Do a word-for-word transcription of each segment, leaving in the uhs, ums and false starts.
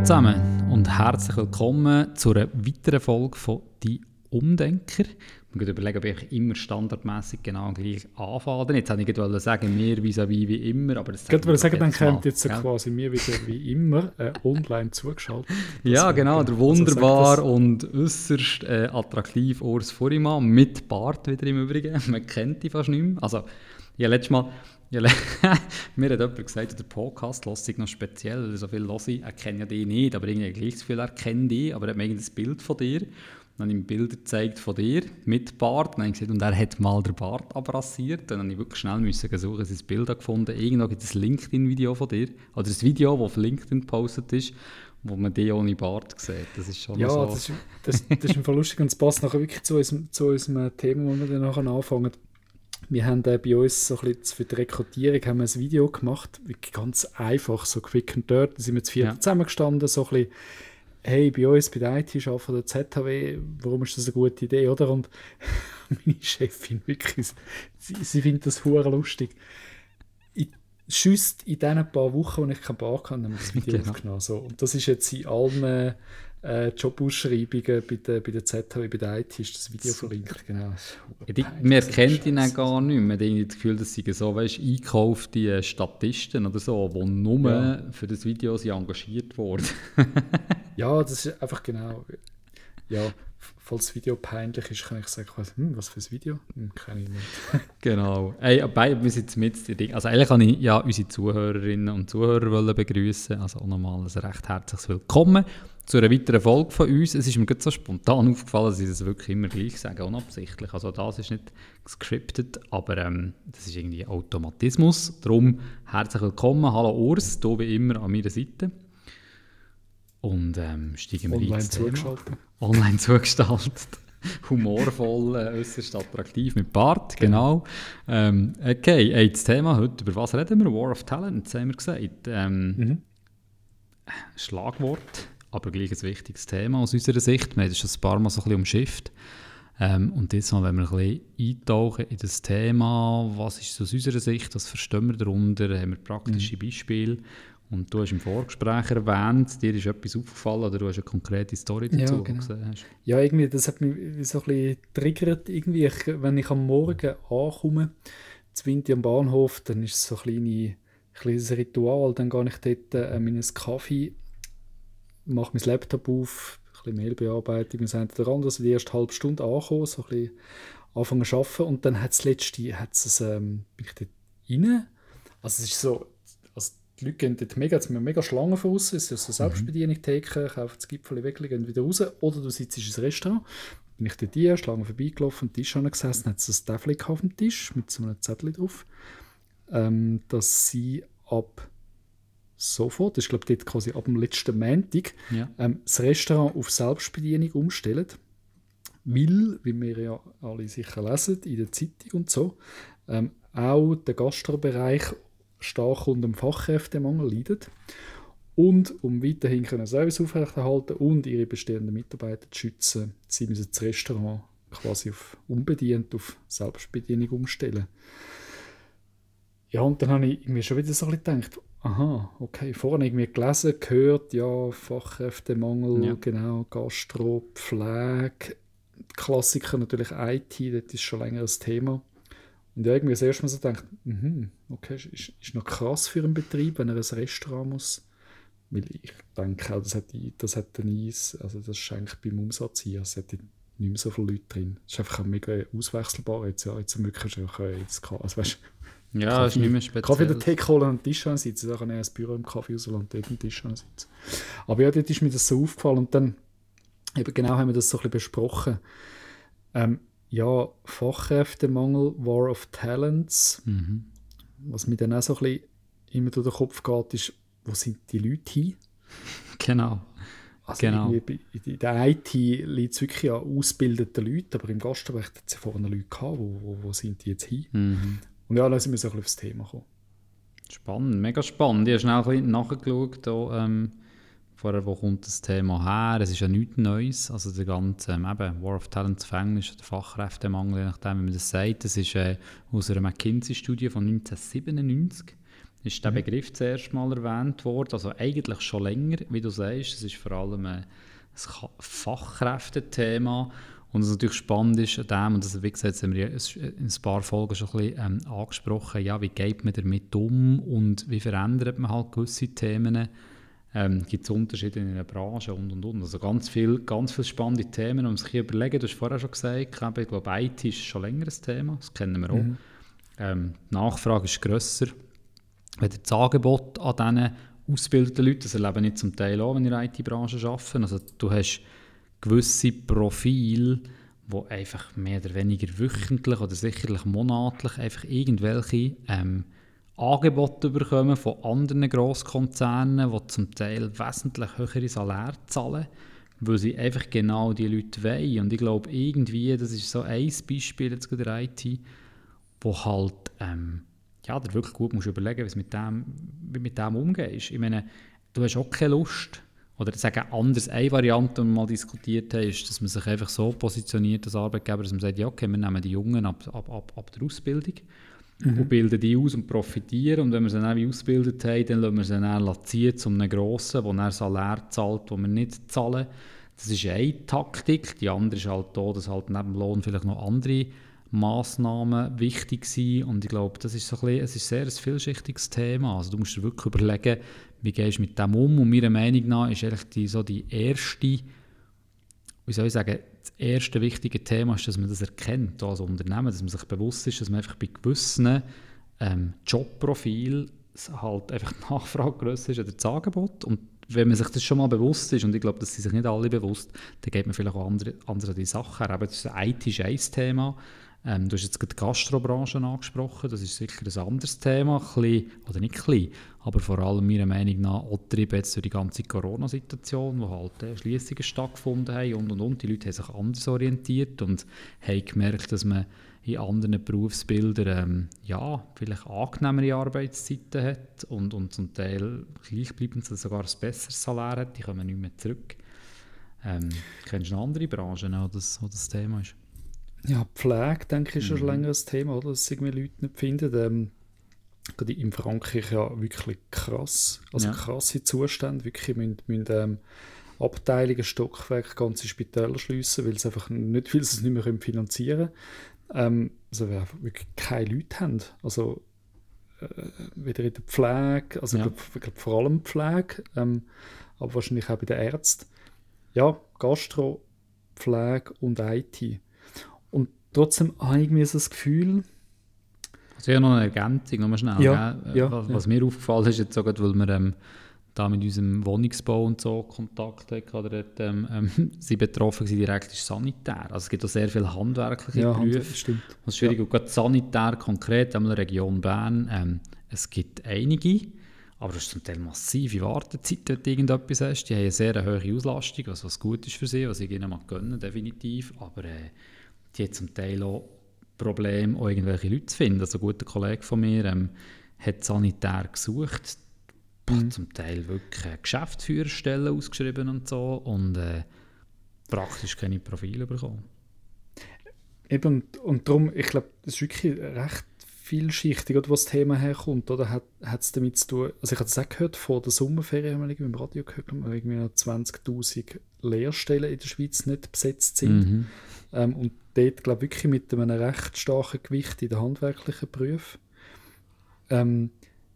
zusammen und herzlich willkommen zu einer weiteren Folge von «Die Umdenker». Man kann überlegen, ob ich immer standardmäßig genau gleich anfange. Jetzt wollte ich gerade sagen, wir vis-à-vis wie immer, aber das ich würde sagen, dann kommt jetzt so quasi mir wieder wie immer äh, online zugeschaltet. Ja, genau, der wunderbar also und äußerst äh, attraktiv Urs Furimann mit Bart wieder im Übrigen. Man kennt ihn fast nicht mehr. Also, ja, letztes Mal... Ja, mir hat jemand gesagt, der Podcast lässt sich noch speziell, weil er so viel höre. Er kennt ja dich nicht, aber irgendwie gleich das Gefühl, er kennt dich, aber er hat mir irgendein Bild von dir. Dann habe ich ihm Bilder gezeigt von dir mit Bart. Dann habe ich gesagt, und er hat mal den Bart abrasiert. Dann musste ich wirklich schnell müssen suchen, sein Bild gefunden. Irgendwo gibt es ein LinkedIn-Video von dir. Oder ein Video, das auf LinkedIn gepostet ist, wo man dich ohne Bart sieht. Das ist schon ja, so. Ja, das, das, das ist einfach lustig und es passt nachher wirklich zu unserem, zu unserem Thema, wo wir dann nachher anfangen. Wir haben äh, bei uns so ein bisschen für die Rekrutierung haben wir ein Video gemacht, ganz einfach, so quick and dirt. Da sind wir zu viert ja. zusammengestanden, so ein bisschen, hey, bei uns, bei der I T arbeiten der Z H W, warum ist das eine gute Idee, oder? Und meine Chefin, wirklich, sie, sie findet das verdammt lustig. Schüsst in diesen paar Wochen, wo ich keinen Bart hatte, haben wir das Video genau. aufgenommen. So. Und das ist jetzt in allen äh, Jobausschreibungen bei der, bei der Z H W, bei der I T ist das Video verlinkt. Genau. Ja, die, man kennt ihn auch gar nicht. Man hat irgendwie das Gefühl, dass sie so weißt, eingekaufte Statisten oder so, die nur ja. für das Video sind engagiert wurden. Ja, das ist einfach genau. Ja, falls das Video peinlich ist, kann ich sagen, hm, was für ein Video? Hm, kann ich nicht. Genau. Hey, bei, wir sind mit also eigentlich kann ich ja unsere Zuhörerinnen und Zuhörer begrüßen. Also auch nochmal ein recht herzliches Willkommen zu einer weiteren Folge von uns. Es ist mir gerade so spontan aufgefallen, dass ich das wirklich immer gleich sage, unabsichtlich. Also das ist nicht gescriptet, aber ähm, das ist irgendwie Automatismus. Darum herzlich willkommen. Hallo Urs, hier wie immer an meiner Seite. Und ähm, steigen wir Online ins zugeschaltet. Thema. Online zugestaltet. Humorvoll, äh, äußerst attraktiv mit Bart, genau. Ähm, okay, hey, das Thema heute, über was reden wir? War of Talents, haben wir gesagt. Ähm, mhm. Schlagwort, aber gleich ein wichtiges Thema aus unserer Sicht. Wir haben das schon ein paar Mal so ein bisschen umschifft. Ähm, und jetzt mal, wenn wir ein bisschen eintauchen in das Thema, was ist aus unserer Sicht, was verstehen wir darunter, haben wir praktische mhm. Beispiele. Und du hast im Vorgespräch erwähnt, dir ist etwas aufgefallen oder du hast eine konkrete Story dazu, ja, genau. gesehen hast. Ja, irgendwie, das hat mich so ein bisschen triggert. Irgendwie, ich, wenn ich am Morgen ankomme, zu Winti am Bahnhof, dann ist es so ein kleines, kleines Ritual. Dann gehe ich dort äh, meinen Kaffee, mache mein Laptop auf, ein bisschen Mailbearbeitung, wir sind da dran, also die erste halbe Stunde ankommen, so ein bisschen anfangen zu arbeiten. Und dann hat es letzte, hat es, ähm, bin ich dort rein. Also es ist so, also die Leute gehen dort mega, jetzt mega Schlangen von außen, es ist so eine Selbstbedienung, Theke, kaufen das Gipfel weg, gehen wieder raus. Oder du sitzt ins Restaurant, bin ich dort hier, Schlange vorbeigelaufen, am Tisch gesessen, hat es ein Täfel auf dem Tisch mit so einem Zettel drauf, ähm, dass sie ab sofort, das ist glaube ich dort quasi ab dem letzten Montag, ja. ähm, das Restaurant auf Selbstbedienung umstellen. Weil, wie wir ja alle sicher lesen, in der Zeitung und so, ähm, auch der Gastrobereich stark unter dem Fachkräftemangel leidet. Und um weiterhin können Service aufrechterhalten und ihre bestehenden Mitarbeiter zu schützen, sie müssen das Restaurant quasi auf unbedient auf Selbstbedienung umstellen. Ja, und dann habe ich irgendwie schon wieder so ein bisschen gedacht, aha, okay, vorhin irgendwie gelesen, gehört, ja, Fachkräftemangel, ja. genau, Gastro, Pflege, Klassiker natürlich I T, das ist schon länger ein Thema. Und ja, irgendwie das erste Mal so gedacht, mhm, okay, ist, ist noch krass für einen Betrieb, wenn er ein Restaurant muss. Weil ich denke auch, das hat, das hat den Eis, also das ist eigentlich beim Umsatz hier, es hat nicht mehr so viele Leute drin. Es ist einfach mega auswechselbar. Jetzt, ja, jetzt wirklich jetzt kann, also weißt, ja, Kaffee, ist nicht mehr speziell. Kaffee in der Theke holen und einen Tisch ansitzen, da kann ich ein Büro im Kaffee rauslassen und dort einen Tisch ansitzen. Aber ja, dort ist mir das so aufgefallen und dann eben genau haben wir das so ein bisschen besprochen. Ähm, ja, Fachkräftemangel, War of Talents. Mhm. Was mir dann auch so ein bisschen immer durch den Kopf geht, ist, wo sind die Leute hin? Genau. Also genau. In der I T liegt es wirklich an ausgebildeten Leuten, aber im Gastbereich hat es ja vorhin Leute gehabt, wo, wo, wo sind die jetzt hin? Mhm. Und ja, dann sind wir so ein bisschen aufs Thema gekommen. Spannend, mega spannend. Ich habe schnell ein bisschen nachgeschaut, da, ähm, vorher, wo kommt das Thema her? Es ist ja nichts Neues. Also der ganze ähm, eben, War of Talents auf Englisch, der Fachkräftemangel, je nachdem, wie man das sagt, das ist äh, aus einer McKinsey-Studie von neunzehnhundertsiebenundneunzig. ist der Mhm. Begriff zuerst mal erwähnt worden. Also eigentlich schon länger, wie du sagst. Es ist vor allem ein, ein Fachkräftethema. Und was natürlich spannend ist an dem, und das, wie gesagt, das haben wir in ein paar Folgen schon ein bisschen ähm, angesprochen, ja, wie geht man damit um und wie verändert man halt gewisse Themen. Ähm, gibt es Unterschiede in einer Branche und und und. Also ganz viele ganz viel spannende Themen, um sich hier überlegen. Du hast vorher schon gesagt, ich glaube, I T ist schon länger ein Thema, das kennen wir auch. Mhm. Ähm, die Nachfrage ist grösser. Wenn das Angebot an diesen ausgebildeten Leuten, das erlebe ich zum Teil auch, wenn ich in der I T-Branche arbeite, also du hast gewisse Profile, die einfach mehr oder weniger wöchentlich oder sicherlich monatlich einfach irgendwelche ähm, Angebote bekommen von anderen Grosskonzernen, die zum Teil wesentlich höhere Saläre zahlen, weil sie einfach genau diese Leute wollen. Und ich glaube, irgendwie, das ist so ein Beispiel jetzt in der I T, wo halt ähm, ja, dir wirklich gut musst überlegen, wie du mit dem, wie mit dem umgehst. Ich meine, du hast auch keine Lust, oder sagen anders, eine Variante, die wir mal diskutiert haben, ist, dass man sich einfach so positioniert als Arbeitgeber, dass man sagt, ja, okay, wir nehmen die Jungen ab, ab, ab, ab der Ausbildung Mhm. und bilden die aus und profitieren. Und wenn wir sie dann ausgebildet haben, dann lassen wir sie dann ziehen zu einem Grossen, der dann Salär zahlt, das wir nicht zahlen. Das ist eine Taktik. Die andere ist halt da, dass halt neben dem Lohn vielleicht noch andere Massnahmen wichtig sind. Und ich glaube, das ist so ein bisschen, es ist sehr ein vielschichtiges Thema. Also du musst dir wirklich überlegen, wie gehst du mit dem um. Und meiner Meinung nach ist eigentlich die, so die erste, wie soll ich sagen, das erste wichtige Thema ist, dass man das erkennt als Unternehmen, dass man sich bewusst ist, dass man einfach bei gewissen ähm, Jobprofilen halt einfach die Nachfrage grösser ist als das Angebot. Und wenn man sich das schon mal bewusst ist, und ich glaube, das sind sich nicht alle bewusst, dann geht man vielleicht auch andere, andere die Sachen her. Aber das ist I T ist ein Thema. Ähm, du hast jetzt gerade die Gastrobranche angesprochen, das ist sicher ein anderes Thema, ein bisschen, oder nicht klein, aber vor allem meiner Meinung nach auch getrieben jetzt durch die ganze Corona-Situation, wo halt äh, Schliessungen stattgefunden haben und und und. Die Leute haben sich anders orientiert und haben gemerkt, dass man in anderen Berufsbildern ähm, ja, vielleicht angenehmere Arbeitszeiten hat und, und zum Teil gleichbleibend sogar ein besseres Salär hat, die kommen nicht mehr zurück. Ähm, kennst du noch andere Branchen, wo das, wo das Thema ist? Ja, Pflege, denke ich, ist schon Mhm. länger ein Thema, oder? Dass irgendwie Leute nicht finden. Ähm, gerade in Frankreich ja wirklich krass. Also Ja. krasse Zustände. Wirklich müssen, müssen ähm, Abteilungen, Stockwerke, ganze Spitäler schliessen, weil sie einfach nicht, weil sie es nicht mehr finanzieren können. Ähm, also wir einfach wirklich keine Leute haben. Also äh, weder in der Pflege, also Ja. ich glaube glaub, vor allem Pflege, ähm, aber wahrscheinlich auch bei den Ärzten. Ja, Gastro, Pflege und I T. Und trotzdem habe ich irgendwie so das Gefühl, Also ja, noch eine Ergänzung, nochmal schnell. ja, Gell? ja, Was, ja. was mir aufgefallen ist, jetzt sogar, weil wir ähm, da mit unserem Wohnungsbau und so Kontakt hatten, oder dort, ähm, ähm, sie betroffen waren, direkt ist sanitär. Also es gibt auch sehr viele handwerkliche Ja, Berufe. Hand- stimmt. Was schwierig ist, gerade sanitär konkret, in der Region Bern, ähm, es gibt einige, aber du hast zum Teil massive Wartezeit, wenn du irgendetwas hast. Die haben eine sehr hohe Auslastung, was, was gut ist für sie, was ich ihnen mal gönnen, definitiv. Aber äh, die haben zum Teil auch Probleme, auch irgendwelche Leute zu finden. Also ein guter Kollege von mir ähm, hat sanitär gesucht, Mhm. zum Teil wirklich äh, Geschäftsführerstellen ausgeschrieben und so und äh, praktisch keine Profile bekommen. Eben, und, und darum, ich glaube, das ist wirklich recht vielschichtig, oder, wo das Thema herkommt. Oder hat es damit zu tun, also ich habe das auch gehört, vor der Sommerferien haben wir irgendwie im Radio gehört, dass irgendwie noch zwanzigtausend Lehrstellen in der Schweiz nicht besetzt sind. Mhm. Ähm, und dort, glaube ich, wirklich mit einem recht starken Gewicht in den handwerklichen Berufen. Ähm,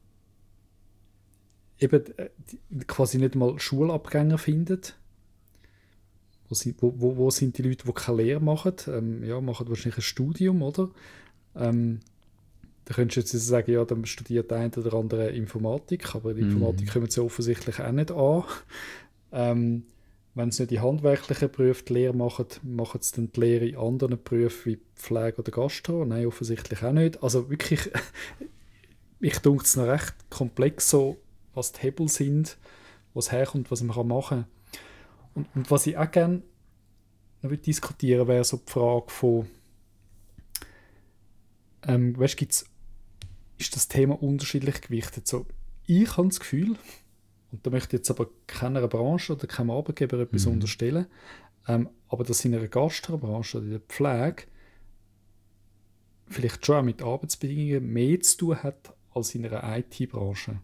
eben äh, die, quasi nicht mal Schulabgänger findet. Wo sind, wo, wo, wo sind die Leute, die keine Lehre machen? Ähm, ja, machen wahrscheinlich ein Studium, oder? Ähm, da könntest du jetzt also sagen, ja, dann studiert der eine oder andere Informatik, aber die Informatik Mhm. kommen sie offensichtlich auch nicht an. Ähm, wenn sie nicht die handwerklichen Berufe die Lehre machen, machen sie dann die Lehre in anderen Berufen wie Pflege oder Gastro? Nein, offensichtlich auch nicht. Also wirklich, ich denke es noch recht komplex so, was die Hebel sind, was herkommt, was man machen kann. Und, und was ich auch gerne noch diskutieren wäre so die Frage von, ähm, weißt, gibt's, ist das Thema unterschiedlich gewichtet? So, ich habe das Gefühl, und da möchte ich jetzt aber keiner Branche oder keinem Arbeitgeber etwas Mhm. unterstellen, ähm, aber dass in einer Gastrobranche oder in der Pflege vielleicht schon auch mit Arbeitsbedingungen mehr zu tun hat als in einer I T-Branche.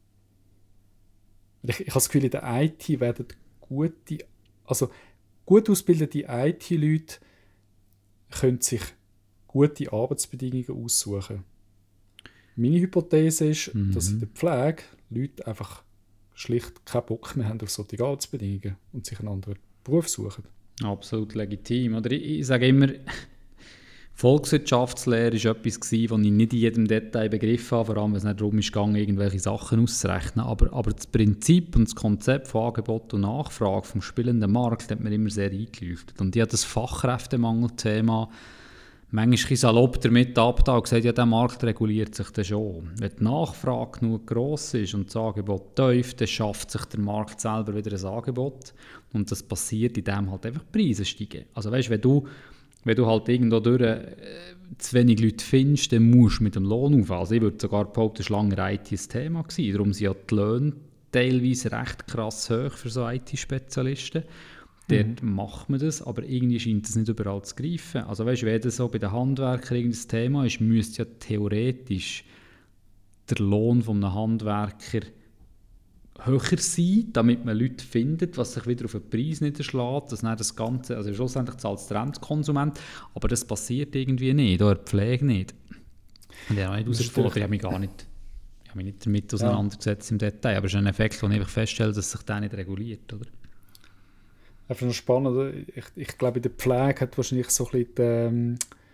Ich, ich habe das Gefühl, in der I T werden gute, also gut ausgebildete I T-Leute können sich gute Arbeitsbedingungen aussuchen. Meine Hypothese ist, mhm. dass in der Pflege Leute einfach schlicht keinen Bock mehr haben auf solche Arbeitsbedingungen und sich einen anderen Beruf suchen. Absolut legitim. Oder ich, ich sage immer, Volkswirtschaftslehre war etwas, das ich nicht in jedem Detail begriffen habe, vor allem, wenn es nicht darum ging, irgendwelche Sachen auszurechnen. Aber, aber das Prinzip und das Konzept von Angebot und Nachfrage vom spielenden Markt hat mir immer sehr eingeleuchtet. Und ich habe das Fachkräftemangelthema manchmal salopp damit abgetan und gesagt, ja, der Markt reguliert sich dann schon. Wenn die Nachfrage genug gross ist und das Angebot tief, dann schafft sich der Markt selber wieder ein Angebot. Und das passiert, indem halt einfach die Preise steigen. Also weißt, wenn du Wenn du halt irgendwo durch äh, zu wenig Leute findest, dann musst du mit dem Lohn aufhören. Also ich würde sogar behaupten, das war lange I T ein Thema gewesen. Darum sind ja die Löhne teilweise recht krass hoch für so I T-Spezialisten. Dort mhm. macht man das, aber irgendwie scheint das nicht überall zu greifen. Also weißt, wenn das so bei den Handwerkern irgendein Thema ist, müsste ja theoretisch der Lohn von einem Handwerker höher sein, damit man Leute findet, was sich wieder auf den Preis niederschlägt, dass dann das Ganze, also schlussendlich zahlt es der Endkonsument, aber das passiert irgendwie nicht, oder die Pflege nicht. Und ich habe nicht herausgefunden, ich habe mich gar nicht, ich habe mich nicht damit auseinandergesetzt ja. im Detail, aber es ist ein Effekt, den ich einfach feststelle, dass sich der nicht reguliert, oder? Einfach noch spannend, ich, ich glaube, in der Pflege hat wahrscheinlich so ein bisschen die, ähm,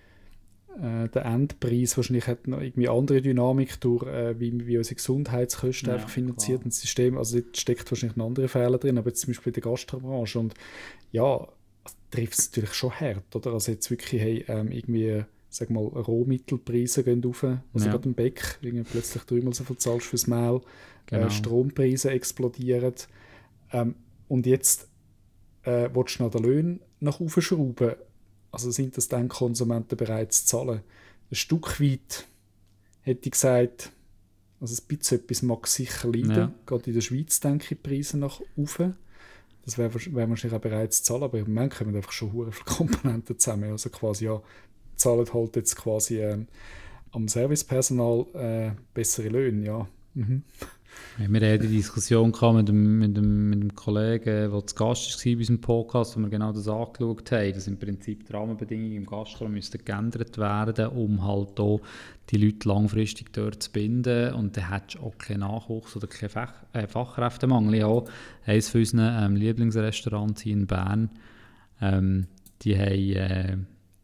der Endpreis wahrscheinlich hat noch irgendwie andere Dynamik durch, äh, wie, wie unsere Gesundheitskosten ja, einfach finanziert und System. Also dort steckt wahrscheinlich ein anderer Fehler drin, aber jetzt zum Beispiel in der Gastrobranche. Und ja, trifft es natürlich schon hart, oder? Also jetzt wirklich, hey, ähm, irgendwie, sag mal, Rohmittelpreise gehen rauf, also ja. gerade im Bäck, irgendwie plötzlich dreimal so viel zahlst fürs Mehl, genau. äh, Strompreise explodieren. Ähm, und jetzt äh, willst du noch den Lohn nach oben schrauben. Also sind das dann Konsumenten bereit zu zahlen? Ein Stück weit hätte ich gesagt, also ein bisschen etwas mag sicher leiden. Ja. Gerade in der Schweiz denke ich die Preise nach oben. Das wäre wär wahrscheinlich auch bereit zu zahlen, aber im Moment kommen einfach schon viele Komponenten zusammen. Also quasi ja, zahlen halt jetzt quasi äh, am Servicepersonal äh, bessere Löhne, ja. Mhm. Wir hatten eine Diskussion mit dem, mit, dem, mit dem Kollegen, der zu Gast war bei unserem Podcast, wo wir genau das angeschaut haben, dass im Prinzip die Rahmenbedingungen im Gastro müssten geändert werden, um halt auch die Leute langfristig dort zu binden. Und dann hättest du auch keinen Nachwuchs oder keinen Fach, äh, Fachkräftemangel. Ja, auch eines von unseren ähm, Lieblingsrestaurants hier in Bern, ähm, die haben äh,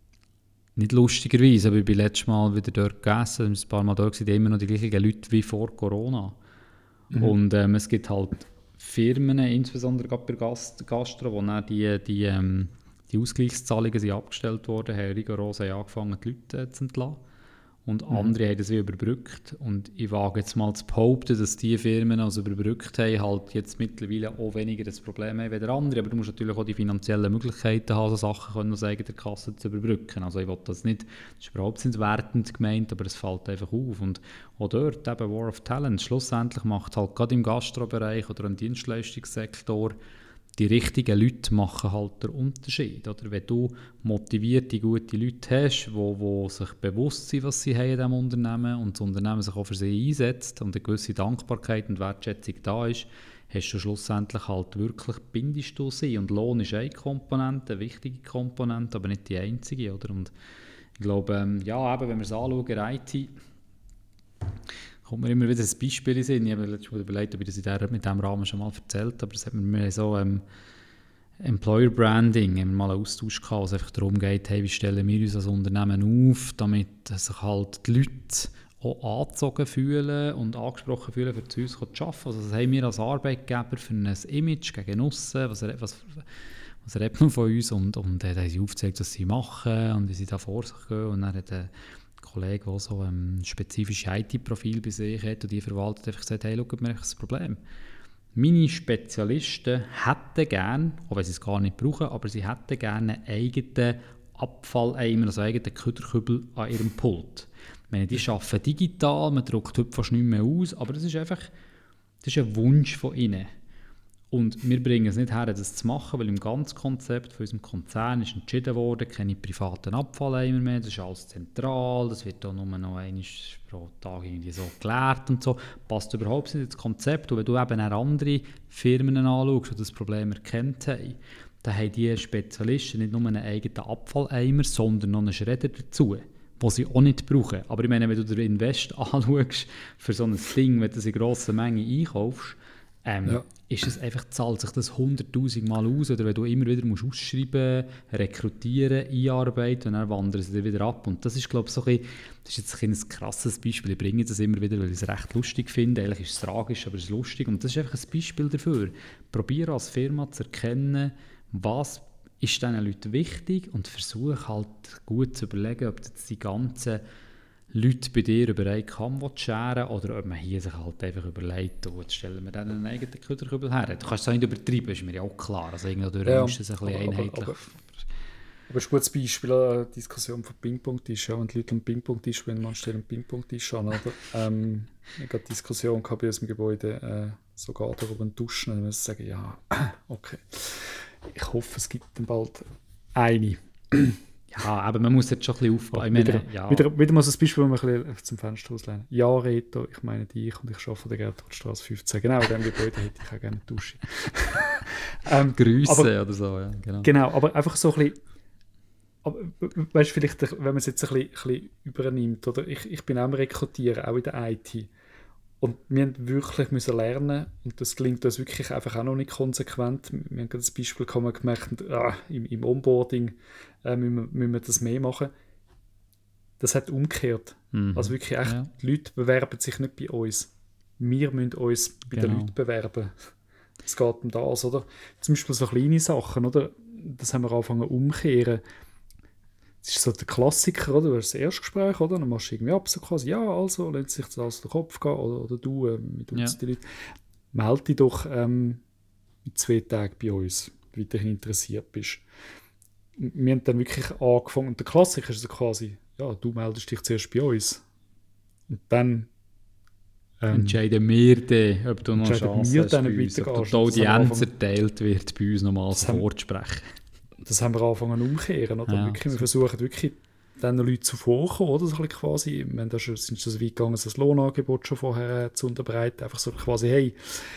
nicht lustigerweise, aber ich bin letztes Mal wieder dort gegessen, ein paar Mal dort waren immer noch die gleichen Leute wie vor Corona. Mhm. Und ähm, es gibt halt Firmen, insbesondere gerade bei Gast, Gastro, wo dann die, die, ähm, die Ausgleichszahlungen sind abgestellt wurden, haben rigoros angefangen, die Leute äh, zu entlassen. Und mhm. andere haben das wie überbrückt. Und ich wage jetzt mal zu behaupten, dass die Firmen, die also überbrückt haben, halt jetzt mittlerweile auch weniger das Problem haben als andere. Aber du musst natürlich auch die finanziellen Möglichkeiten haben, so Sachen können aus eigener Kasse zu überbrücken. Also ich will das nicht, das ist überhaupt nicht wertend gemeint, aber es fällt einfach auf. Und auch dort, eben War of Talent, schlussendlich macht halt gerade im Gastrobereich oder im Dienstleistungssektor die richtigen Leute machen halt den Unterschied. Oder wenn du motivierte, gute Leute hast, die, die sich bewusst sind, was sie haben in diesem Unternehmen und das Unternehmen sich auch für sie einsetzt und eine gewisse Dankbarkeit und Wertschätzung da ist, hast du schlussendlich halt wirklich, bindest du sie. Und Lohn ist eine Komponente, eine wichtige Komponente, aber nicht die einzige. Oder? Und ich glaube, ähm, ja, eben, wenn wir es anschauen, I T, kommt mir immer wieder ein Beispiel in den Sinn. Ich habe mir letztes Mal überlegt, ob ich das in der, mit diesem Rahmen schon mal erzählt habe, aber das hat mir so ähm, Employer Branding, wir haben mal einen Austausch gehabt, wo es einfach darum geht, hey, wie stellen wir uns als Unternehmen auf, damit sich halt die Leute auch angezogen fühlen und angesprochen fühlen, für zu uns zu arbeiten. Also was haben wir als Arbeitgeber für ein Image gegen aussen, was, was, was redet man von uns und, und äh, da haben sie aufgezeigt, was sie machen und wie sie da vor sich gehen und dann hat äh, Kollege, der so ein spezifisches I T-Profil bei sich hat und die verwaltet, einfach gesagt, hey, schaut mir das Problem. Meine Spezialisten hätten gerne, auch wenn sie es gar nicht brauchen, aber sie hätten gerne einen eigenen Abfalleimer, also einen eigenen Küderkübel an ihrem Pult. Ich meine, die arbeiten digital, man druckt heute fast nicht mehr aus, aber das ist einfach das ist ein Wunsch von ihnen. Und wir bringen es nicht her, das zu machen, weil im ganzen Konzept von unserem Konzern ist entschieden worden, keine privaten Abfalleimer mehr, das ist alles zentral, das wird auch nur noch einmal pro Tag irgendwie so geklärt und so. Passt überhaupt nicht ins Konzept. Und wenn du eben auch andere Firmen anschaust, die das Problem erkannt haben, dann haben die Spezialisten nicht nur einen eigenen Abfalleimer, sondern noch einen Schredder dazu, den sie auch nicht brauchen. Aber ich meine, wenn du den Invest anschaust für so ein Ding, wenn du das in grosser Menge einkaufst, ähm, ja. ist es einfach, zahlt sich das hunderttausend Mal aus, oder wenn du immer wieder musst ausschreiben, rekrutieren, einarbeiten und dann wandern sie dir wieder ab. Und das ist, glaube ich, so ein, das ist jetzt ein, ein krasses Beispiel. Ich bringe das immer wieder, weil ich es recht lustig finde. Eigentlich ist es tragisch, aber es ist lustig. Und das ist einfach ein Beispiel dafür. Probiere als Firma zu erkennen, was ist diesen Leuten wichtig, und versuche halt gut zu überlegen, ob jetzt die ganzen Leute bei dir über einen Kamm scheren, oder ob man hier sich halt einfach überlegt, oh, jetzt stellen wir dann einen eigenen Köderkübel her. Du kannst es auch nicht übertreiben, ist mir ja auch klar. Also irgendwie ja, musst du es ein bisschen aber, einheitlich... Aber, aber, aber ein gutes Beispiel, eine Diskussion von Ping-Pong-Tisch, ja, wenn die Leute einen Ping-Pong-Tisch spielen, man stellt einen Ping-Pong-Tisch an, oder? ähm, ich habe eine Diskussion gehabt bei uns im Gebäude, äh, sogar darüber ein Duschen, dann muss ich sagen, ja, okay. Ich hoffe, es gibt dann bald eine. Ja, aber man muss jetzt schon ein bisschen aufbauen. Wieder, meine, ja. wieder, wieder mal so ein Beispiel, wo wir ein bisschen zum Fenster auslehnen. Ja, Reto, ich meine dich, und ich arbeite an der Gertrudstraße fünfzehn. Genau, in diesem Gebäude hätte ich auch gerne eine Dusche. ähm, Grüße aber, oder so, ja. Genau. Genau, aber einfach so ein bisschen, aber, weißt du, vielleicht, wenn man es jetzt ein bisschen, ein bisschen übernimmt, oder? Ich, ich bin auch am Rekrutieren, auch in der I T. Und wir mussten wirklich müssen lernen, und das gelingt uns wirklich einfach auch noch nicht konsequent. Wir haben gerade das Beispiel gemerkt, ah, im, im Onboarding äh, müssen, wir, müssen wir das mehr machen. Das hat umgekehrt. Mhm. Also wirklich, echt, ja. Die Leute bewerben sich nicht bei uns. Wir müssen uns bei genau. den Leuten bewerben. Es geht um das, oder? Zum Beispiel so kleine Sachen, oder? Das haben wir angefangen umzukehren. Das ist so der Klassiker, oder? Du hast das Erstgespräch, oder? Dann machst du irgendwie ab, so quasi, ja, also, lässt sich das alles durch den Kopf gehen, oder, oder du, äh, mit uns ja. die Leute. Melde dich doch ähm, in zwei Tagen bei uns, wenn du weiterhin interessiert bist. Wir haben dann wirklich angefangen, und der Klassiker ist so quasi, ja, du meldest dich zuerst bei uns. Und dann ähm, entscheiden wir dann, ob du noch eine Chance hast, bei uns, ob die Audienz erteilt wird, bei uns nochmals vorzusprechen. Das haben wir angefangen umzukehren, oder? Ja, wirklich, wir versuchen wirklich, den Leuten zuvorzukommen, oder? So quasi, wir haben da schon, sind schon so weit gegangen, das Lohnangebot schon vorher äh, zu unterbreiten. Einfach so quasi, hey,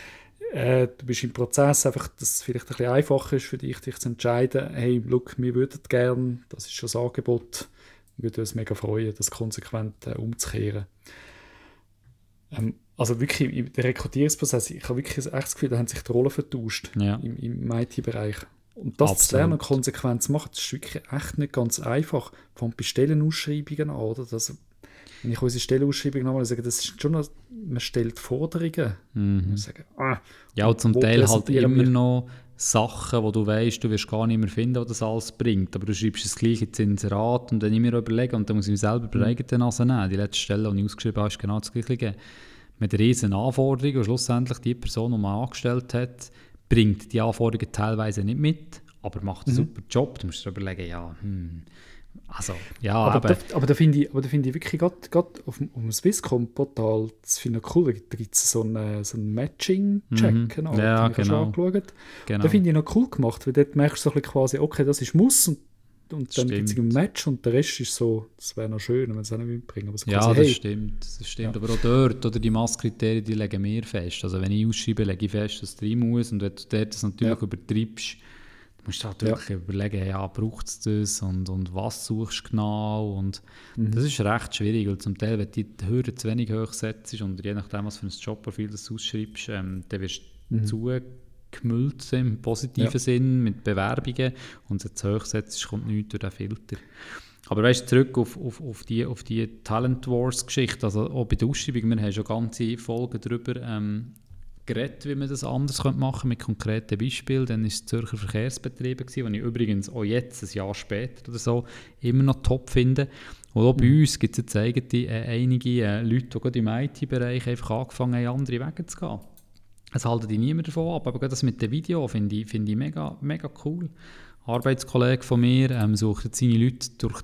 äh, du bist im Prozess, einfach, dass es vielleicht ein bisschen einfacher ist für dich, dich zu entscheiden, hey, look, wir würden gerne, das ist schon das Angebot, wir würden uns mega freuen, das konsequent äh, umzukehren. Ähm, also wirklich, der Rekrutierungsprozess, ich habe wirklich echt das Gefühl, da haben sich die Rollen vertauscht ja. im, im I T-Bereich. Und das Absolut. Zu lernen und konsequent zu machen, das ist wirklich echt nicht ganz einfach. Von bei Stellenausschreibungen an, oder? Das, wenn ich unsere Stellenausschreibungen nochmal sage, das ist schon noch, man stellt Forderungen. Mhm. Sagen, ah, ja, und zum Teil halt immer noch Sachen, wo du weißt, du wirst gar nicht mehr finden, was das alles bringt. Aber du schreibst das gleiche ins Inserat und dann immer überlegen, und dann muss ich mir selber bei der eigenen Nase nehmen. Die letzte Stelle, die ich ausgeschrieben habe, ist genau das Gleiche. Mit riesen Anforderungen, und schlussendlich die Person, die man angestellt hat, bringt die Anforderungen teilweise nicht mit, aber macht einen mhm. super Job. Du musst dir überlegen, ja, hm, also, ja, aber, aber, da, aber da finde ich, aber da finde ich wirklich, gerade, gerade auf, auf dem Swisscom-Portal, das finde ich cool, da gibt es so einen, so einen Matching-Check, mhm. genau, ja, den genau. ich schon angeschaut. Genau. Da finde ich noch cool gemacht, weil dort merkst du so ein bisschen quasi, okay, das ist Muss, und, und dann gibt es ein Match, und der Rest ist so, das wäre noch schön, wenn sie es auch nicht mitbringen. Aber so ja, quasi, das hey, stimmt, das stimmt. Ja. Aber auch dort, oder die Masskriterien, die legen wir fest. Also wenn ich ausschreibe, lege ich fest, dass es rein muss, und wenn du dort das natürlich ja. übertreibst, du musst halt wirklich ja. überlegen, ja, braucht es das, und, und was suchst du genau, und mhm. das ist recht schwierig, weil zum Teil, wenn du die Hürde zu wenig hoch setzt, und je nachdem, was für ein Jobprofil du ausschreibst, ähm, dann wirst du mhm. zugemüllt im positiven ja. Sinn mit Bewerbungen, und wenn du zu hoch setzt, kommt nichts durch den Filter. Aber weißt du, zurück auf, auf, auf die, auf die Talent Wars-Geschichte, also auch bei der Ausschreibung, wir haben schon ganze Folgen darüber ähm, geredet, wie man das anders machen könnte, mit konkreten Beispielen. Dann war es Zürcher Verkehrsbetriebe, die ich übrigens auch jetzt, ein Jahr später oder so, immer noch top finde. Und auch mhm. bei uns gibt es jetzt eigentlich äh, einige äh, Leute, die gerade im I T-Bereich einfach angefangen haben, andere Wege zu gehen. Es halten die niemand davon ab, aber gerade das mit dem Video finde ich, find ich mega, mega cool. Ein Arbeitskollege von mir ähm, sucht jetzt seine Leute durch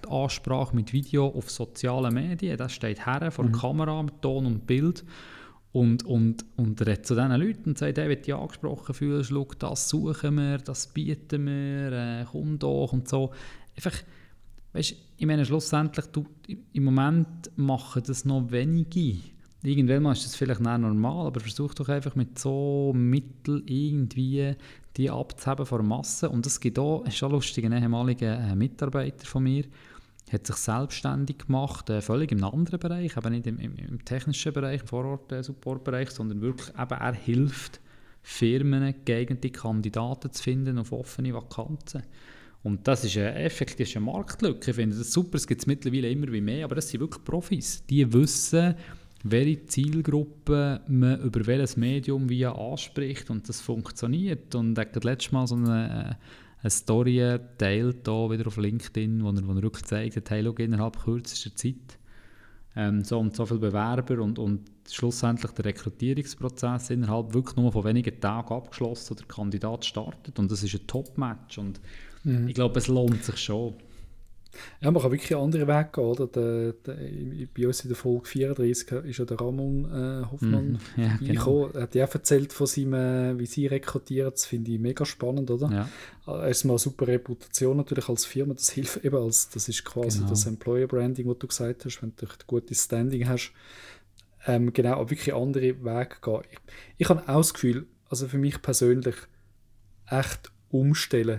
Direktansprache mit Video auf sozialen Medien. Das steht her vor mhm. der Kamera mit Ton und Bild. Und, und, und er redet zu diesen Leuten und sagt, hey, wenn du dich angesprochen fühlst, schau, das suchen wir, das bieten wir, äh, komm doch und so. Einfach, weißt du, ich meine, schlussendlich, du, im Moment machen das noch wenige. Irgendwann mal ist das vielleicht nicht normal, aber versuch doch einfach mit so Mitteln irgendwie die abzuheben von der Masse. Und es gibt auch, ist schon lustig, ein ehemaliger Mitarbeiter von mir, hat sich selbstständig gemacht, äh, völlig in einem anderen Bereich, eben nicht im, im, im technischen Bereich, im Vorort-Support-Bereich, sondern wirklich eben, er hilft Firmen, geeignete Kandidaten zu finden auf offene Vakanzen. Und das ist eine effektive Marktlücke. Ich finde das super, es gibt es mittlerweile immer wie mehr, aber das sind wirklich Profis. Die wissen, welche Zielgruppe man über welches Medium wie anspricht und das funktioniert. Und er hat letztes Mal so eine, eine Story geteilt, hier wieder auf LinkedIn, wo er, wo er wirklich zeigt, hey, schau, innerhalb kürzester Zeit ähm, so und so viele Bewerber und, und schlussendlich der Rekrutierungsprozess innerhalb wirklich nur von wenigen Tagen abgeschlossen oder der Kandidat startet und das ist ein Top-Match und mhm. ich glaube, es lohnt sich schon. Ja, man kann wirklich einen anderen Weg gehen. Oder? Der, der, bei uns in der Folge vierunddreißig ist ja der Ramon äh, Hoffmann mhm. ja, genau. Er hat ja erzählt von seinem, äh, wie sie rekrutieren. Das finde ich mega spannend, oder? Ja. Er ist mal eine super Reputation natürlich als Firma. Das hilft eben als, das ist quasi genau. das Employer Branding, was du gesagt hast, wenn du ein gutes Standing hast. Ähm, genau, aber wirklich andere Wege gehen. Ich, ich habe auch das Gefühl, also für mich persönlich, echt umstellen.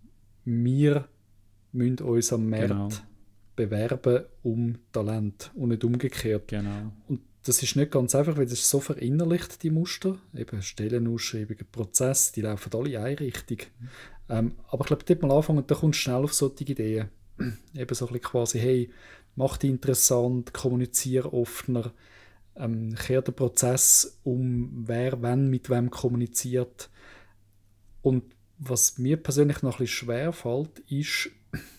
Wir müssen uns am Markt genau. bewerben um Talent und nicht umgekehrt. Genau. Und das ist nicht ganz einfach, weil das ist so verinnerlicht, die Muster. Eben Stellenausschreibungen, Prozesse, die laufen alle in eine Richtung. Mhm. Ähm, aber ich glaube, dort mal anfangen, da kommst du schnell auf solche Ideen. Eben so ein bisschen quasi, hey, mach dich interessant, kommuniziere offener, ähm, kehr den Prozess um, wer wann mit wem kommuniziert. Und was mir persönlich noch ein bisschen schwer fällt, ist,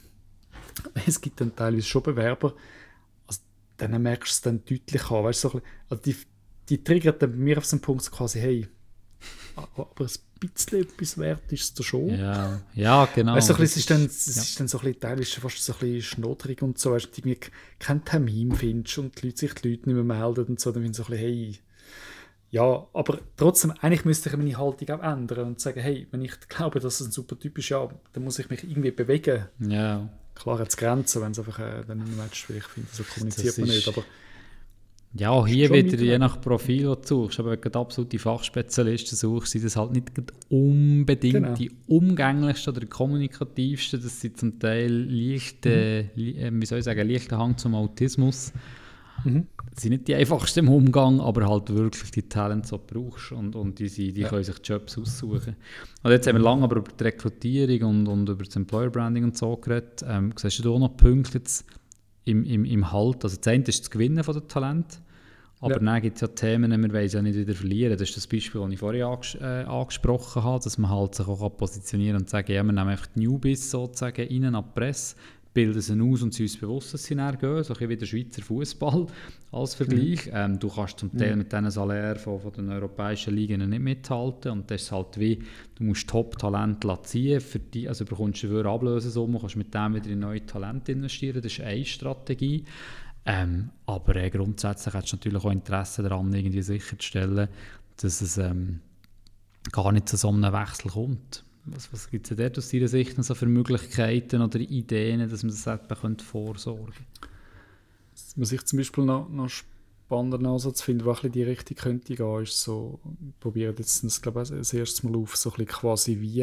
es gibt dann teilweise schon Bewerber, also dann merkst du es dann deutlich an. Weißt, so ein bisschen, also die, die triggert dann bei mir auf so einen Punkt so quasi, hey, aber ein bisschen etwas wert ist es da schon. Ja, ja genau. Weißt, so ein bisschen, es ist dann, es ja. ist dann so ein bisschen, teilweise fast so ein bisschen schnodrig und so, weißt, du irgendwie keinen Termin findest und die Leute, sich die Leute nicht mehr melden und so, dann bin ich so ein bisschen, hey, ja, aber trotzdem, eigentlich müsste ich meine Haltung auch ändern und sagen, hey, wenn ich glaube, dass es ein super Typ ist, ja, dann muss ich mich irgendwie bewegen. Ja. Klar hat es Grenzen, wenn es einfach äh, dann nicht mehr matcht, weil ich finde, so kommuniziert das man ist, nicht, aber ja, hier wieder je nach Profil, das du suchst, aber wenn du absolute Fachspezialisten suchst, sind das halt nicht unbedingt genau. die umgänglichsten oder kommunikativsten, das sind zum Teil leichte, mhm. wie soll ich sagen, leichter Hang zum Autismus. Mhm. Das sind nicht die einfachsten im Umgang, aber halt wirklich die Talents, die du brauchst und, und die, die ja. können sich Jobs aussuchen. Und jetzt haben wir lange aber über die Rekrutierung und, und über das Employer Branding und so geredet. Ähm, siehst du auch noch Punkte jetzt im, im, im Halt? Also das eine ist das Gewinnen von den Talenten, aber ja. dann gibt es ja Themen, wir wollen ja nicht wieder verlieren. Das ist das Beispiel, das ich vorhin anges- äh, angesprochen habe, dass man halt sich auch positionieren kann und sagen, ja, wir nehmen einfach die Newbies sozusagen rein an die Presse, bilden sie aus und sind uns bewusst, dass sie näher gehen, so ein wie der Schweizer Fußball als Vergleich. Mhm. Ähm, du kannst zum Teil mhm. mit diesen Salären von, von den europäischen Ligen nicht mithalten und das ist halt wie, du musst Top-Talent ziehen, für die, also bekommst du eine Ablösesumme, kannst mit dem wieder in neue Talente investieren, das ist eine Strategie. Ähm, aber äh, grundsätzlich hast du natürlich auch Interesse daran, irgendwie sicherzustellen, dass es ähm, gar nicht zu so einem Wechsel kommt. Was, was gibt es dort aus deiner Sicht noch so für Möglichkeiten oder Ideen, dass man das eben vorsorgen könnte? Was ich zum Beispiel noch, noch spannenden Ansatz finde, der in die Richtung könnte gehen, ist so, ich probiere jetzt das, glaube ich, das erste Mal auf, so ein bisschen quasi wie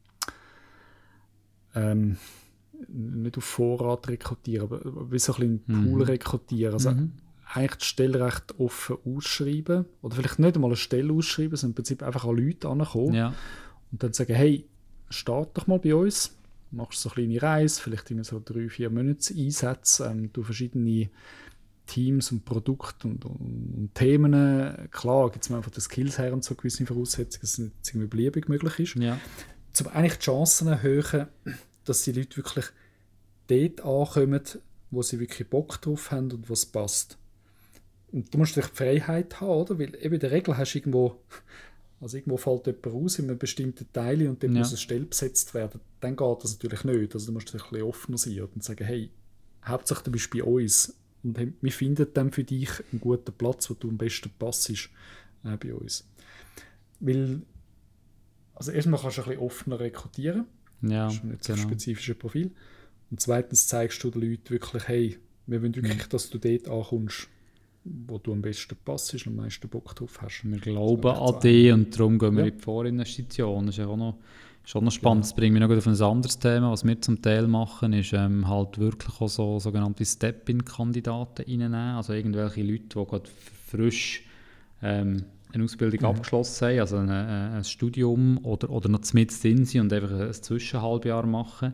ähm, nicht auf Vorrat rekrutieren, aber wie so ein bisschen einen Pool mhm. rekrutieren. Also mhm. eigentlich die Stelle recht offen ausschreiben oder vielleicht nicht einmal eine Stelle ausschreiben, sondern im Prinzip einfach an Leute herankommen ja. und dann sagen, hey, start doch mal bei uns, machst so eine kleine Reise, vielleicht in so drei, vier Monate Einsätze, ähm, du verschiedene Teams und Produkte und, und, und Themen. Klar, gibt es einfach die Skills her und so gewisse Voraussetzungen, dass es nicht irgendwie beliebig möglich ist. Ja. Um eigentlich die Chancen erhöhen, dass die Leute wirklich dort ankommen, wo sie wirklich Bock drauf haben und was passt. Und du musst natürlich die Freiheit haben, oder? Weil eben in der Regel hast du irgendwo, also irgendwo fällt jemand raus in einem bestimmten Teil und dort ja. muss eine Stelle besetzt werden. Dann geht das natürlich nicht. Also du musst ein bisschen offener sein und sagen, hey, hauptsächlich du bist bei uns und wir finden dann für dich einen guten Platz, wo du am besten passest. äh, bei uns. Weil, also erstmal kannst du ein bisschen offener rekrutieren. Ja, das ist nicht so ein genau. spezifisches Profil. Und zweitens zeigst du den Leuten wirklich, hey, wir wollen wirklich, Mhm. dass du dort ankommst, wo du am besten passt und am meisten Bock drauf hast. Wir Das glauben wäre vielleicht an so dich eine. und darum gehen wir Ja. in die Vorinvestition. Das ist ja auch noch, ist auch noch spannend. Genau. Das bringt mich noch gut auf ein anderes Thema. Was wir zum Teil machen, ist ähm, halt wirklich auch so sogenannte Step-in-Kandidaten reinnehmen. Also irgendwelche Leute, die gerade frisch ähm, eine Ausbildung Mhm. abgeschlossen haben, also ein, ein Studium oder, oder noch mitten drin sind und einfach ein Zwischenhalbjahr machen.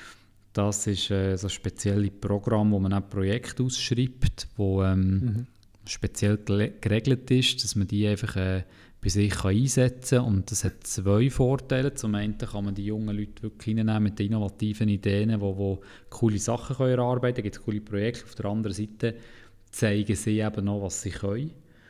Das ist äh, so ein spezielles Programm, wo man auch Projekte ausschreibt, wo ähm, Mhm. speziell gele- geregelt ist, dass man die einfach äh, bei sich kann einsetzen kann. Und das hat zwei Vorteile. Zum einen kann man die jungen Leute wirklich reinnehmen mit den innovativen Ideen, wo, wo coole Sachen können erarbeiten können. Es gibt coole Projekte. Auf der anderen Seite zeigen sie eben noch, was sie können.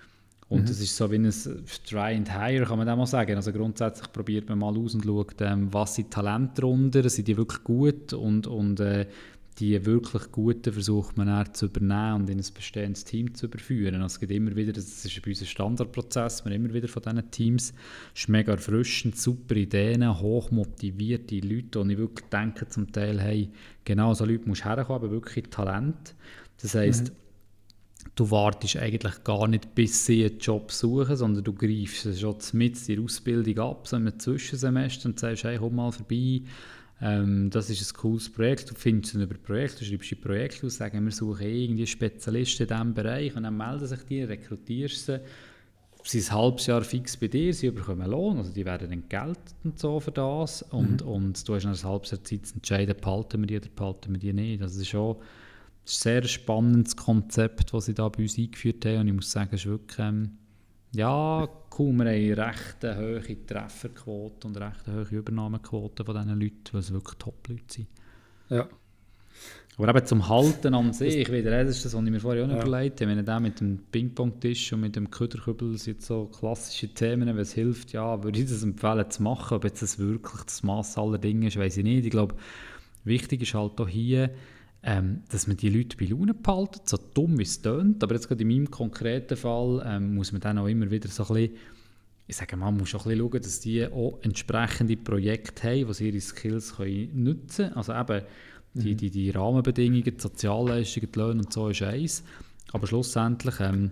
Und das Mhm. ist so wie ein Try and Hire, kann man das mal sagen. Also grundsätzlich probiert man mal aus und schaut, ähm, was sind Talente darunter, sind die wirklich gut und, und äh, die wirklich Guten versucht man dann zu übernehmen und in ein bestehendes Team zu überführen. Also es gibt immer wieder, das ist bei uns ein Standardprozess, wir haben immer wieder von diesen Teams, es ist mega erfrischend, super Ideen, hochmotivierte Leute, die ich wirklich denke zum Teil, hey, genau so Leute musst du herkommen, aber wirklich Talent. Das heisst, Mhm. du wartest eigentlich gar nicht, bis sie einen Job suchen, sondern du greifst schon mit der Ausbildung ab, so im Zwischensemester und sagst, hey, komm mal vorbei, ähm, das ist ein cooles Projekt, du findest ein über Projekt, du schreibst ein Projekt aus, sagen, wir suchen irgendwie Spezialisten in diesem Bereich und dann melden sich die, rekrutierst sie, sie sind ein halbes Jahr fix bei dir, sie bekommen Lohn, also die werden entgeltet und so für das und, Mhm. und du hast dann ein halbes Jahr Zeit zu entscheiden, behalten wir die oder behalten wir die nicht. Das ist schon das ist ein sehr spannendes Konzept, das sie da bei uns eingeführt haben und ich muss sagen, es ist wirklich, ähm, ja, cool, wir haben eine recht hohe Trefferquote und eine recht hohe Übernahmequote von diesen Leuten, weil es wirklich Top-Leute sind. Ja. Aber eben zum Halten an Das, sich, wieder, das ist das, was ich mir vorher auch noch ja. überlegt habe, wenn ich da mit dem Ping-Pong-Tisch und mit dem Köderkübel sind so klassische Themen, was hilft, ja, würde ich das empfehlen zu machen, ob jetzt das wirklich das Mass aller Dinge ist, weiß ich nicht. Ich glaube, wichtig ist halt auch hier, ähm, dass man die Leute bei Laune behalten, so dumm wie es tönt, aber jetzt gerade in meinem konkreten Fall ähm, muss man dann auch immer wieder so ein bisschen, ich sage mal, man muss auch ein bisschen schauen, dass die auch entsprechende Projekte haben, wo sie ihre Skills können nutzen können. Also eben, die, Mhm. die, die Rahmenbedingungen, die Sozialleistungen, die Löhne und so ist eins. Aber schlussendlich ähm,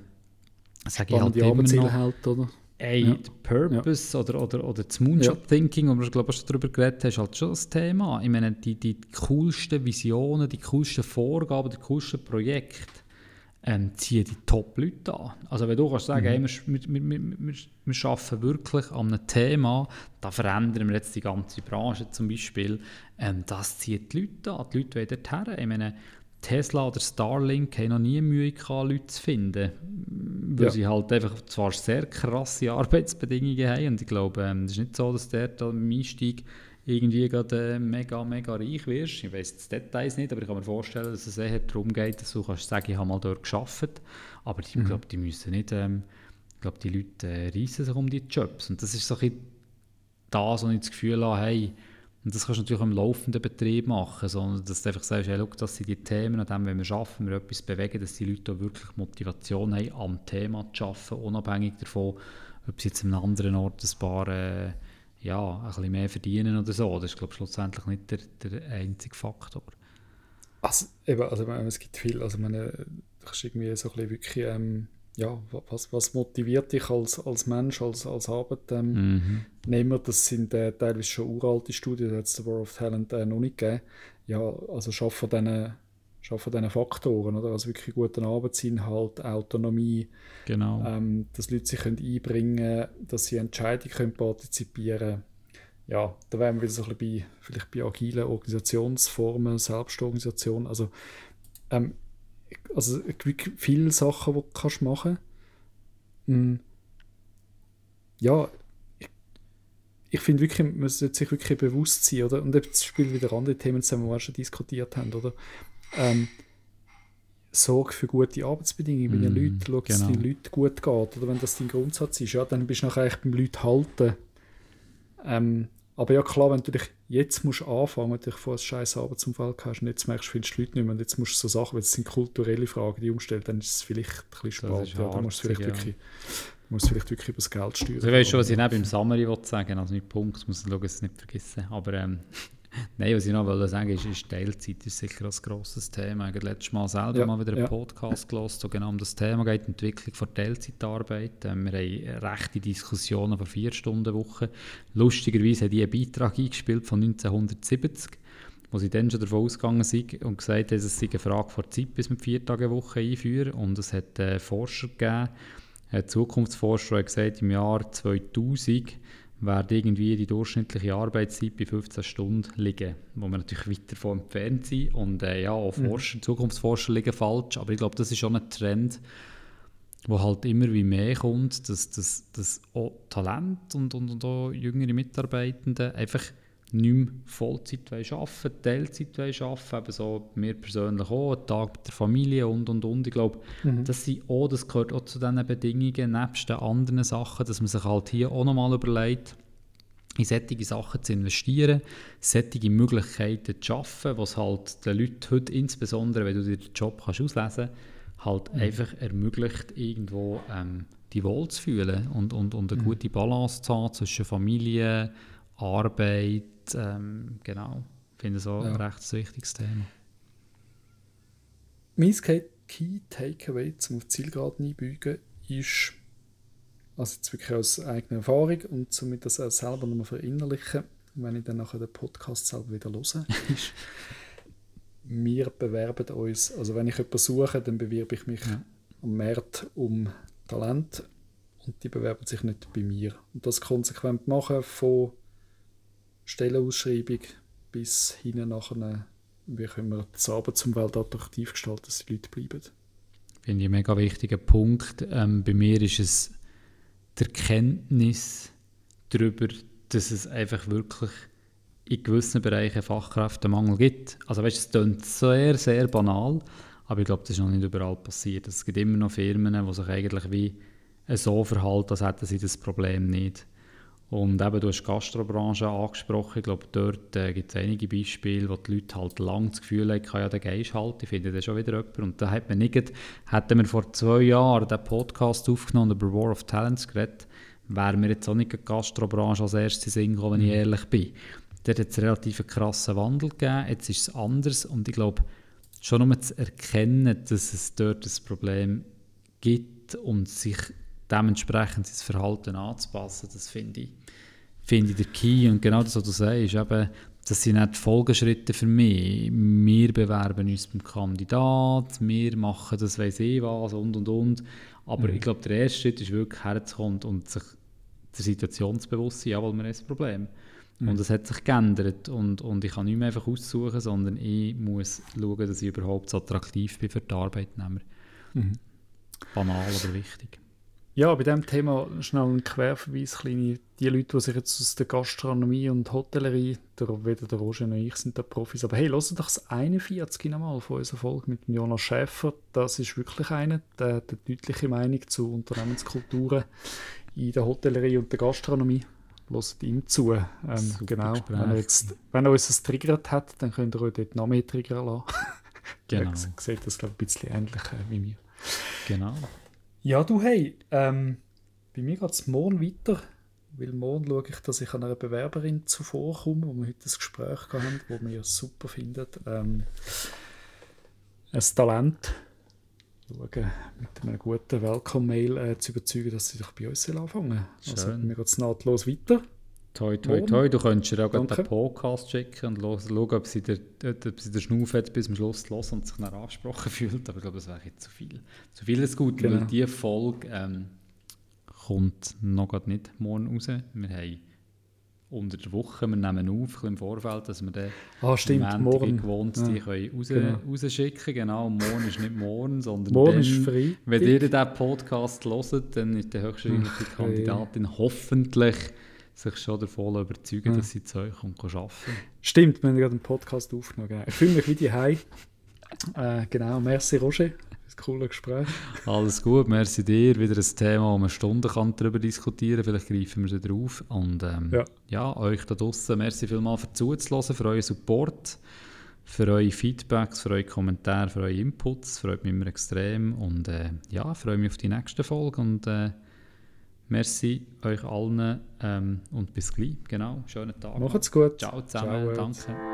sage ich halt Spannende immer Arbeitsziele noch, halt, oder? ey, Ja. der Purpose Ja. oder, oder, oder das Ja. Moonshot-Thinking, wo wir glaube ich schon darüber geredet haben, ist halt schon das Thema. Ich meine, die, die coolsten Visionen, die coolsten Vorgaben, die coolsten Projekte ähm, ziehen die Top-Leute an. Also wenn du kannst sagen, Mhm. hey, wir, wir, wir, wir, wir arbeiten wirklich an einem Thema, da verändern wir jetzt die ganze Branche zum Beispiel, ähm, das zieht die Leute an. Die Leute wollen dorthin. Ich meine, Tesla oder Starlink haben noch nie Mühe gehabt, Leute zu finden, weil Ja. sie halt einfach zwar sehr krasse Arbeitsbedingungen haben und ich glaube, ähm, es ist nicht so, dass der da im Einstieg irgendwie gerade äh, mega, mega reich wirst. Ich weiss die Details nicht, aber ich kann mir vorstellen, dass es eher darum geht, dass du kannst sagen, ich habe mal dort gearbeitet, aber ich Mhm. glaube, die müssen nicht, ähm, ich glaube, die Leute äh, reissen sich um die Jobs und das ist so ein bisschen das, wo ich das Gefühl habe, hey, und das kannst du natürlich auch im laufenden Betrieb machen, sondern dass du einfach sagst, hey, look, das sind die Themen, an dem, wenn wir arbeiten, wir etwas bewegen, dass die Leute auch wirklich Motivation haben, am Thema zu arbeiten, unabhängig davon, ob sie jetzt an einem anderen Ort ein paar, äh, ja, ein bisschen mehr verdienen oder so. Das ist, glaube ich, schlussendlich nicht der, der einzige Faktor. Also, eben, also ich meine, es gibt viel, also ich meine, du kannst irgendwie so ein bisschen wirklich, ähm, ja, was, was motiviert dich als, als Mensch, als, als Arbeitnehmer? Mhm. Das sind äh, teilweise schon uralte Studien, da hat es der War of Talent äh, noch nicht gegeben. Ja, also schaffen von diesen, schaffen von diesen Faktoren, oder? Also wirklich guten Arbeitsinhalt, Autonomie, Genau. ähm, dass Leute sich können einbringen können, dass sie Entscheidungen können partizipieren können. Ja, da wären wir wieder so ein bisschen bei, vielleicht bei agilen Organisationsformen, Selbstorganisation. Also, ähm, also es gibt viele Sachen, die du kannst machen kannst. Ja, ich, ich finde wirklich, man sollte sich wirklich bewusst sein, oder? Und jetzt spielen wieder andere Themen zusammen, die wir auch schon diskutiert haben, oder? Ähm, Sorge für gute Arbeitsbedingungen, wenn ihr Mhm. Leute schaut, dass es Genau. den Leuten gut geht, oder wenn das dein Grundsatz ist, ja, dann bist du nachher echt beim Leuten halten. Ähm, Aber ja klar, wenn du dich jetzt musst anfangen, dich vor einen scheiß Arbeitsunfall hast und jetzt merkst du, findest du Leute nicht mehr und jetzt musst du so Sachen, weil es sind kulturelle Fragen, die umstellen, dann ist es vielleicht ein bisschen spät. Ja, dann musst du vielleicht, ja. wirklich, musst vielleicht wirklich über das Geld steuern. Also ich weiss schon, was ich neben dem Summary sagen will, also nicht Punkt, ich muss schauen, dass ich es nicht vergessen. Aber ähm, nein, was ich noch wollte sagen ist, ist Teilzeit ist sicher ein grosses Thema. Ich habe letztes Mal selber ja, mal wieder einen ja. Podcast gehört, wo genau um das Thema geht, die Entwicklung von Teilzeitarbeit. Ähm, wir haben rechte Diskussionen von vier Stunden Woche. Lustigerweise haben die einen Beitrag eingespielt von neunzehnhundertsiebzig, wo sie dann schon davon ausgegangen sind und gesagt haben, es sei eine Frage vor Zeit, bis wir die Vier-Tage-Woche einführen. Und es hat äh, Forscher gegeben, äh, Zukunftsforscher haben gesagt, im Jahr zweitausend werde irgendwie die durchschnittliche Arbeitszeit bei fünfzehn Stunden liegen, wo wir natürlich weit davon entfernt sind. Und äh, ja, auch Forscher, mhm. Zukunftsforscher liegen falsch, aber ich glaube, das ist schon ein Trend, der halt immer wie mehr kommt, dass, dass, dass auch Talent und, und, und auch jüngere Mitarbeitende einfach nicht mehr Vollzeit arbeiten wollen, Teilzeit arbeiten, eben so mir persönlich auch, einen Tag mit der Familie und und und. Ich glaube, mhm. das, sind auch, das gehört auch zu diesen Bedingungen, nebst den anderen Sachen, dass man sich halt hier auch nochmal überlegt, in solche Sachen zu investieren, solche Möglichkeiten zu schaffen, was halt den Leuten heute, insbesondere wenn du dir den Job kannst auslesen kannst, halt mhm. einfach ermöglicht, irgendwo ähm, die wohl zu fühlen und, und, und eine mhm. gute Balance zu haben zwischen Familie, Arbeit, ähm, genau. Ich finde das auch ja. ein recht wichtiges Thema. Mein Key Takeaway, um auf die Zielgerade einbeugen, ist, also jetzt wirklich aus eigener Erfahrung und somit das auch selber nochmal verinnerlichen, wenn ich dann nachher den Podcast selber wieder höre, ist, wir bewerben uns, also wenn ich jemanden suche, dann bewerbe ich mich ja. am Markt um Talent und die bewerben sich nicht bei mir. Und das konsequent machen von Stellenausschreibung bis hin nachher, wie können wir das Arbeitsumfeld attraktiv gestalten, dass die Leute bleiben. Finde ich einen mega wichtigen Punkt. Ähm, bei mir ist es die Erkenntnis darüber, dass es einfach wirklich in gewissen Bereichen Fachkräftemangel gibt. Also weißt, es klingt sehr, sehr banal, aber ich glaube, das ist noch nicht überall passiert. Es gibt immer noch Firmen, die sich eigentlich wie so verhalten, als hätten sie das Problem nicht. Und eben, du hast die Gastrobranche angesprochen. Ich glaube, dort äh, gibt es einige Beispiele, wo die Leute halt lange das Gefühl haben, ja, der Geist halt, ich finde das schon wieder jemand. Und da hat man nicht, hätten wir vor zwei Jahren den Podcast aufgenommen über War of Talents geredet, wären wir jetzt auch nicht die Gastrobranche als erstes in den Sinn gekommen, wenn ich ehrlich bin. Dort hat es einen relativ krassen Wandel gegeben, jetzt ist es anders. Und ich glaube, schon um zu erkennen, dass es dort ein Problem gibt und sich dementsprechend sein Verhalten anzupassen, das finde ich, finde ich der Key. Und genau das, was du sagst, eben, das sind nicht Folgeschritte für mich. Wir bewerben uns beim Kandidat, wir machen das weiss ich was und und und. Aber mhm. ich glaube, der erste Schritt ist wirklich herzukommen und sich der Situation zu bewusst sein, ja, weil wir haben ein Problem. Mhm. Und es hat sich geändert und, und ich kann nicht mehr einfach aussuchen, sondern ich muss schauen, dass ich überhaupt so attraktiv bin für die Arbeitnehmer. Mhm. Banal, aber wichtig. Ja, bei diesem Thema schnell ein Querverweis. Kleine, die Leute, die sich jetzt aus der Gastronomie und Hotellerie, der, weder der Roger noch ich sind da Profis, aber hey, hört doch das einundvierzig nochmal von unserer Folge mit Jonas Schäfer. Das ist wirklich einer, der hat eine deutliche Meinung zu Unternehmenskulturen in der Hotellerie und der Gastronomie. Hört ihm zu. Ähm, genau. Wenn er, jetzt, wenn er uns das triggert hat, dann könnt ihr euch dort noch mehr triggern lassen. Genau. Er sieht das, glaube ich, ein bisschen ähnlich äh, wie mir. Genau. Ja, du, hey, ähm, bei mir geht es morgen weiter, weil morgen schaue ich, dass ich an einer Bewerberin zuvorkomme, wo wir heute ein Gespräch haben, wo wir ja super finden. Ähm, ein Talent, schauen, mit einer guten Welcome-Mail äh, zu überzeugen, dass sie doch bei uns anfangen sollen. Also, mir geht es nahtlos weiter. Toi, toi, toi. Du könntest dir auch den Podcast schicken und schauen, ob sie den, ob sie den Schnuff hat bis zum Schluss zu hören und sich dann angesprochen fühlt. Aber ich glaube, das wäre jetzt zu viel. Zu viel ist gut, genau. Weil diese Folge ähm, kommt noch gerade nicht morgen raus. Wir haben unter der Woche, wir nehmen auf, ein bisschen im Vorfeld, dass wir dann ah, stimmt, morgen gewohnt ja. die können raus, genau. rausschicken. Genau, morgen ist nicht morgen, sondern morgen dann, ist frei. Wenn ihr diesen Podcast hört, dann ist die höchstwahrscheinliche Kandidatin hoffentlich sich schon davon überzeugen, ja. dass sie zu euch kommt, arbeiten kann. Stimmt, wir haben gerade einen Podcast aufgenommen. Ich fühle mich wie die Hause. Äh, genau, merci Roger. ein cooles Gespräch. Alles gut, merci dir. Wieder ein Thema, wo man Stunden kann darüber diskutieren kann. Vielleicht greifen wir es wieder auf. Und ähm, ja. ja, euch da draussen, merci vielmals für zuzuhören, für euren Support, für eure Feedbacks, für eure Kommentare, für eure Inputs. Freut mich immer extrem. Und äh, ja, freue mich auf die nächste Folge. Und äh, merci euch allen ähm, und bis gleich. Genau, schönen Tag. Macht's gut. Ciao zusammen, Ciao. danke.